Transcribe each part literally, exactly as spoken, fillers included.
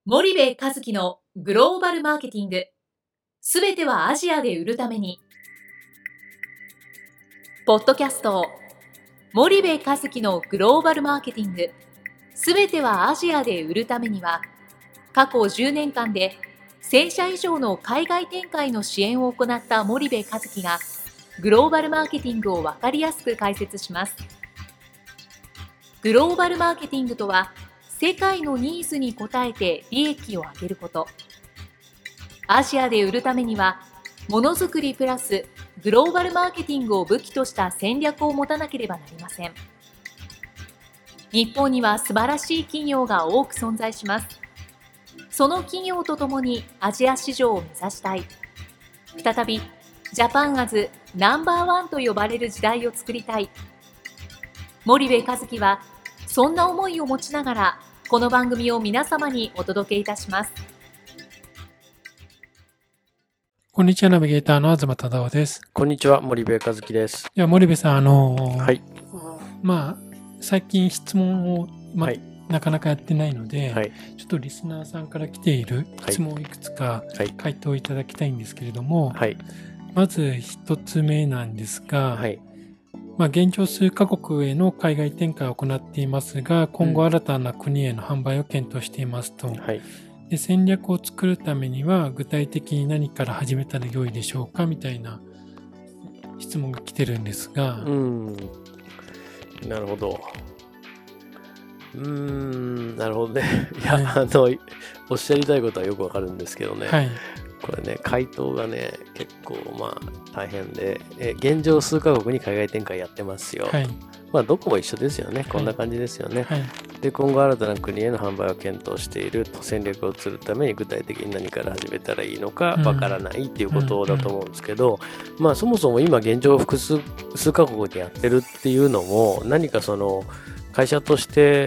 森部一樹のグローバルマーケティング、すべてはアジアで売るために。ポッドキャスト森部一樹のグローバルマーケティング、すべてはアジアで売るためには、過去じゅうねんかんでせんしゃ以上の海外展開の支援を行った森部一樹がグローバルマーケティングを分かりやすく解説します。グローバルマーケティングとは、世界のニーズに応えて利益を上げること。アジアで売るためには、ものづくりプラスグローバルマーケティングを武器とした戦略を持たなければなりません。日本には素晴らしい企業が多く存在します。その企業とともにアジア市場を目指したい。再びジャパンアズナンバーワンと呼ばれる時代を作りたい。森部一樹はそんな思いを持ちながら、この番組を皆様にお届けいたします。 こんにちは、ナビゲーターの東忠夫です。 こんにちは、森部一樹です。 いや、森部さん、あのー、 はい。 まあ、最近質問を、まあ、 はい、 なかなかやってないので、 はい、 ちょっとリスナーさんから来ている質問をいくつか回答いただきたいんですけれども、 はい、 まず一つ目なんですが、 はい、 まあ、現状数カ国への海外展開を行っていますが、今後新たな国への販売を検討していますと。 はい、 で、戦略を作るためには具体的に何から始めたら良いでしょうかみたいな質問が来てるんですが。 うーん。なるほど。うーん、なるほどね。いや、はい、あの、おっしゃりたいことはよくわかるんですけどね。 はい。 これね、回答がね、結構まあ大変で、え現状数カ国に海外展開やってますよ。 はい。 まあどこも一緒ですよね。こんな感じですよね。 はい。 で、今後新たな国への販売を検討していると、戦略をするために具体的に何から始めたらいいのかわからないっていうことだと思うんですけど、うんうん、まあそもそも今現状複数数カ国でやってるっていうのも、何かその会社として、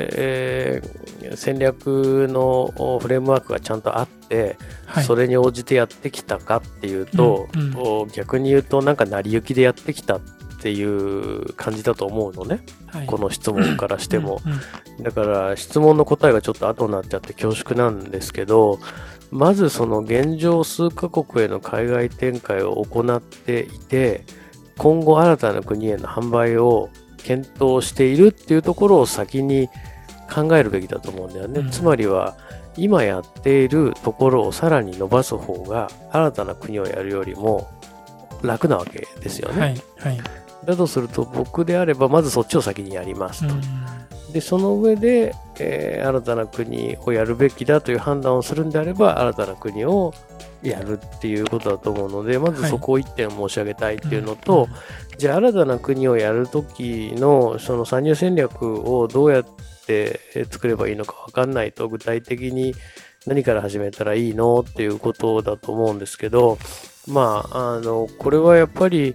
えー、戦略のフレームワークがちゃんとあって、はい、それに応じてやってきたかっていうと、うんうん、逆に言うとなんか成り行きでやってきたっていう感じだと思うのね、はい、この質問からしても、うんうん、だから質問の答えがちょっと後になっちゃって恐縮なんですけど、まずその現状数カ国への海外展開を行っていて、今後新たな国への販売を検討しているっていうところを先に考えるべきだと思うんだよね、うん、つまりは今やっているところをさらに伸ばす方が新たな国をやるよりも楽なわけですよね、 はいはい、 だとすると僕であればまずそっちを先にやりますと、うん、でその上で、えー、新たな国をやるべきだという判断をするんであれば新たな国をやるっていうことだと思うので、まずそこを一点申し上げたいっていうのと、はいうんうん、じゃあ新たな国をやるときのその参入戦略をどうやって作ればいいのか分かんないと、具体的に何から始めたらいいのっていうことだと思うんですけど、まあ、あのこれはやっぱり、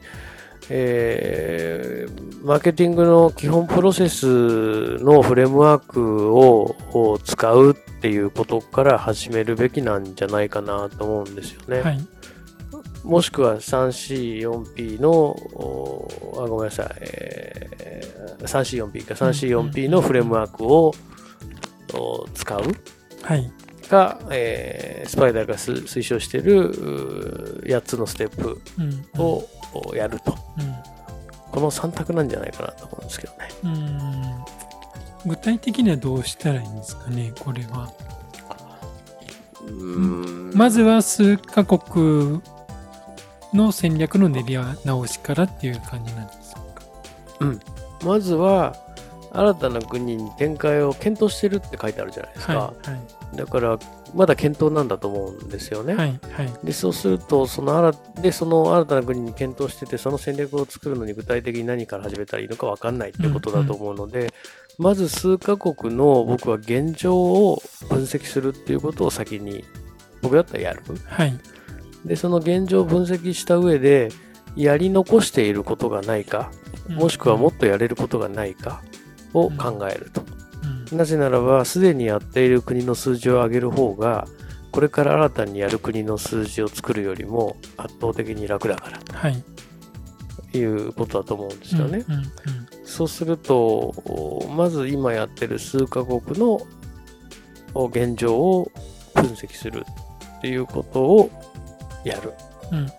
えー、マーケティングの基本プロセスのフレームワークを、を使うっていうことから始めるべきなんじゃないかなと思うんですよね。はい、もしくは スリーシーよんピー のあごめんなさい、えー、スリーシーよんピー か スリーシーよんピー のフレームワークを使う、はい、が、えー、スパイダーが推奨しているやっつのステップをやると、うんうん、このさん択なんじゃないかなと思うんですけどね。 うーん、具体的にはどうしたらいいんですかね、これは。うーん、まずは数カ国の戦略の練り直しからっていう感じなんですか。 うん、まずは新たな国に展開を検討してるって書いてあるじゃないですか、はいはい、だからまだ検討なんだと思うんですよね、はいはい、でそうするとその新でその新たな国に検討してて、その戦略を作るのに具体的に何から始めたらいいのか分かんないってことだと思うので、うんうん、まず数カ国の僕は現状を分析するっていうことを先に僕だったらやる、はい、でその現状を分析した上でやり残していることがないか、もしくはもっとやれることがないかを考えると、うんうん、なぜならばすでにやっている国の数字を上げる方がこれから新たにやる国の数字を作るよりも圧倒的に楽だから、はい、いうことだと思うんですよね、うんうんうん、そうするとまず今やってる数カ国の現状を分分析するっていうことをやるうんうんうん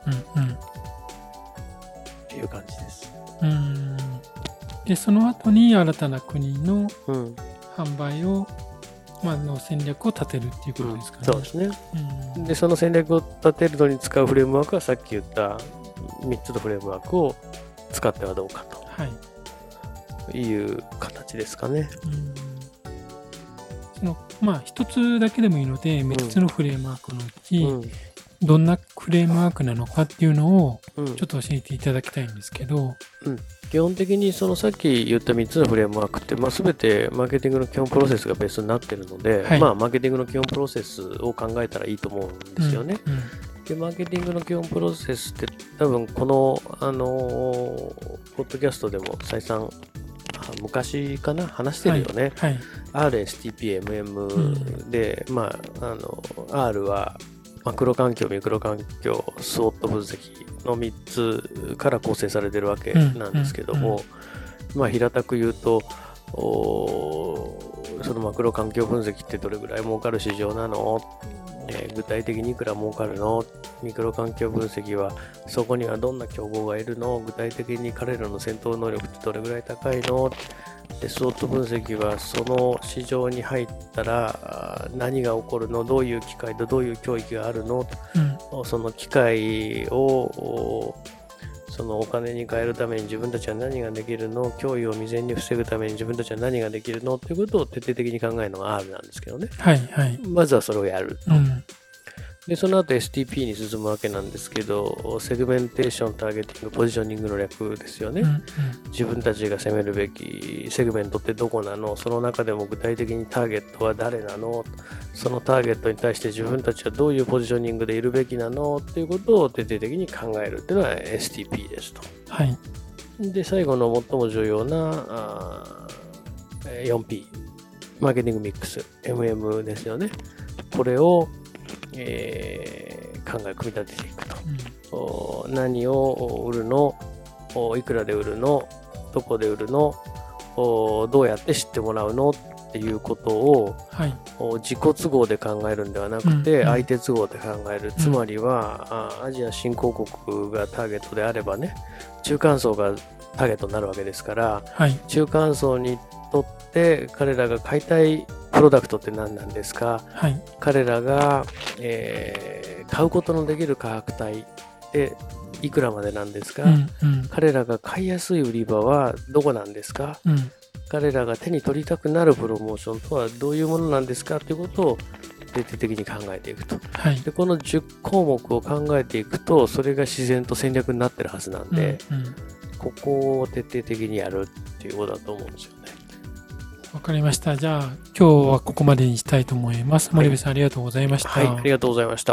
っていう感じです。 うんでその後に新たな国のうん販売を、まあの戦略を立てるっていうことですかね。 そうですね。 うんでその戦略を立てるのに使うフレームワークはさっき言ったみっつのフレームワークを使ってはどうかはいという形ですかね。 うんそのまあ一つだけでもいいのでみっつのフレームワークのうち、 うんどんなフレームワークなのかっていうのをうんちょっと教えていただきたいんですけど、 基本的にそのさっき言ったみっつのフレームワークって、まあ、全てマーケティングの基本プロセスがベースになっているので、 はいまあ、マーケティングの基本プロセスを考えたらいいと思うんですよね。 うんうんでマーケティングの基本プロセスって多分この、あのーポッドキャストでも再三あ昔かな話してるよね。 はいアール、エスティーピー、エムエム で、まあ、あの R はマクロ環境、ミクロ環境、スウォット分析のみっつから構成されてるわけなんですけども、まあ、平たく言うと、おそのマクロ環境分析ってどれぐらい儲かる市場なの、えー具体的にいくら儲かるの、ミクロ環境分析はそこにはどんな競合がいるの、具体的に彼らの戦闘能力ってどれぐらい高いの、でスウォット分析はその市場に入ったらあー何が起こるの、どういう機会とどういう脅威があるの、 うんその機会をおそのお金に変えるために自分たちは何ができるの、脅威を未然に防ぐために自分たちは何ができるのということを徹底的に考えるのが R なんですけどね。 はいはいまずはそれをやる。 うんで、その後 エスティーピー に進むわけなんですけど、セグメンテーション、ターゲティング、ポジショニングの略ですよね。 うん自分たちが攻めるべきセグメントってどこなの、その中でも具体的にターゲットは誰なの、そのターゲットに対して自分たちはどういうポジショニングでいるべきなのっていうことを徹底的に考えるっていうのは エスティーピー ですと。 はいで、最後の最も重要なあー よんピー、マーケティングミックス、エムエム ですよね。これを、えー考え、組み立てていくと。お何を売るの、おいくらで売るの、どこで売るの、おどうやって知ってもらうのっていうことをはいお自己都合で考えるんではなくて、 うんうん相手都合で考える。つまりは、あアジア新興国がターゲットであればね、中間層がターゲットになるわけですから、 はい中間層にとって彼らが買いたいプロダクトって何なんですか、 はい彼らが、えー買うことのできる価格帯っていくらまでなんですか、 うんうん彼らが買いやすい売り場はどこなんですか、 うん彼らが手に取りたくなるプロモーションとはどういうものなんですかということを徹底的に考えていくと。 はいでこのじゅっこうもくを考えていくと、それが自然と戦略になってるはずなんで、 うんうんここを徹底的にやるっていうことだと思うんですよね。 わかりました。じゃあ今日はここまでにしたいと思います。森部さん、ありがとうございました。 はい、ありがとうございました。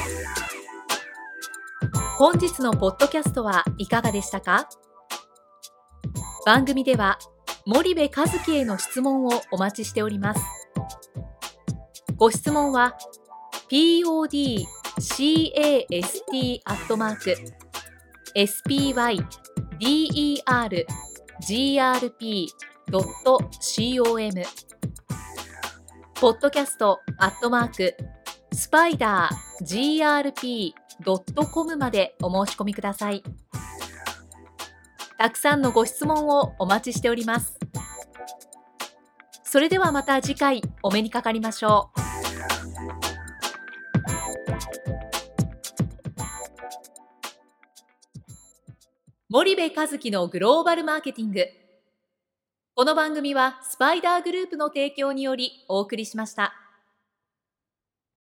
本日のポッドキャストはいかがでしたか？番組では森部一樹への質問をお待ちしております。ご質問は ピーオーディーキャスト アットマーク エスピーワイディーイーアールジーアールピードットコム ポッドキャストアットマークスパイダー ジーアールピードットコム までお申し込みください。たくさんのご質問をお待ちしております。それではまた次回お目にかかりましょう。森部一樹のグローバルマーケティング。この番組はスパイダーグループの提供によりお送りしました。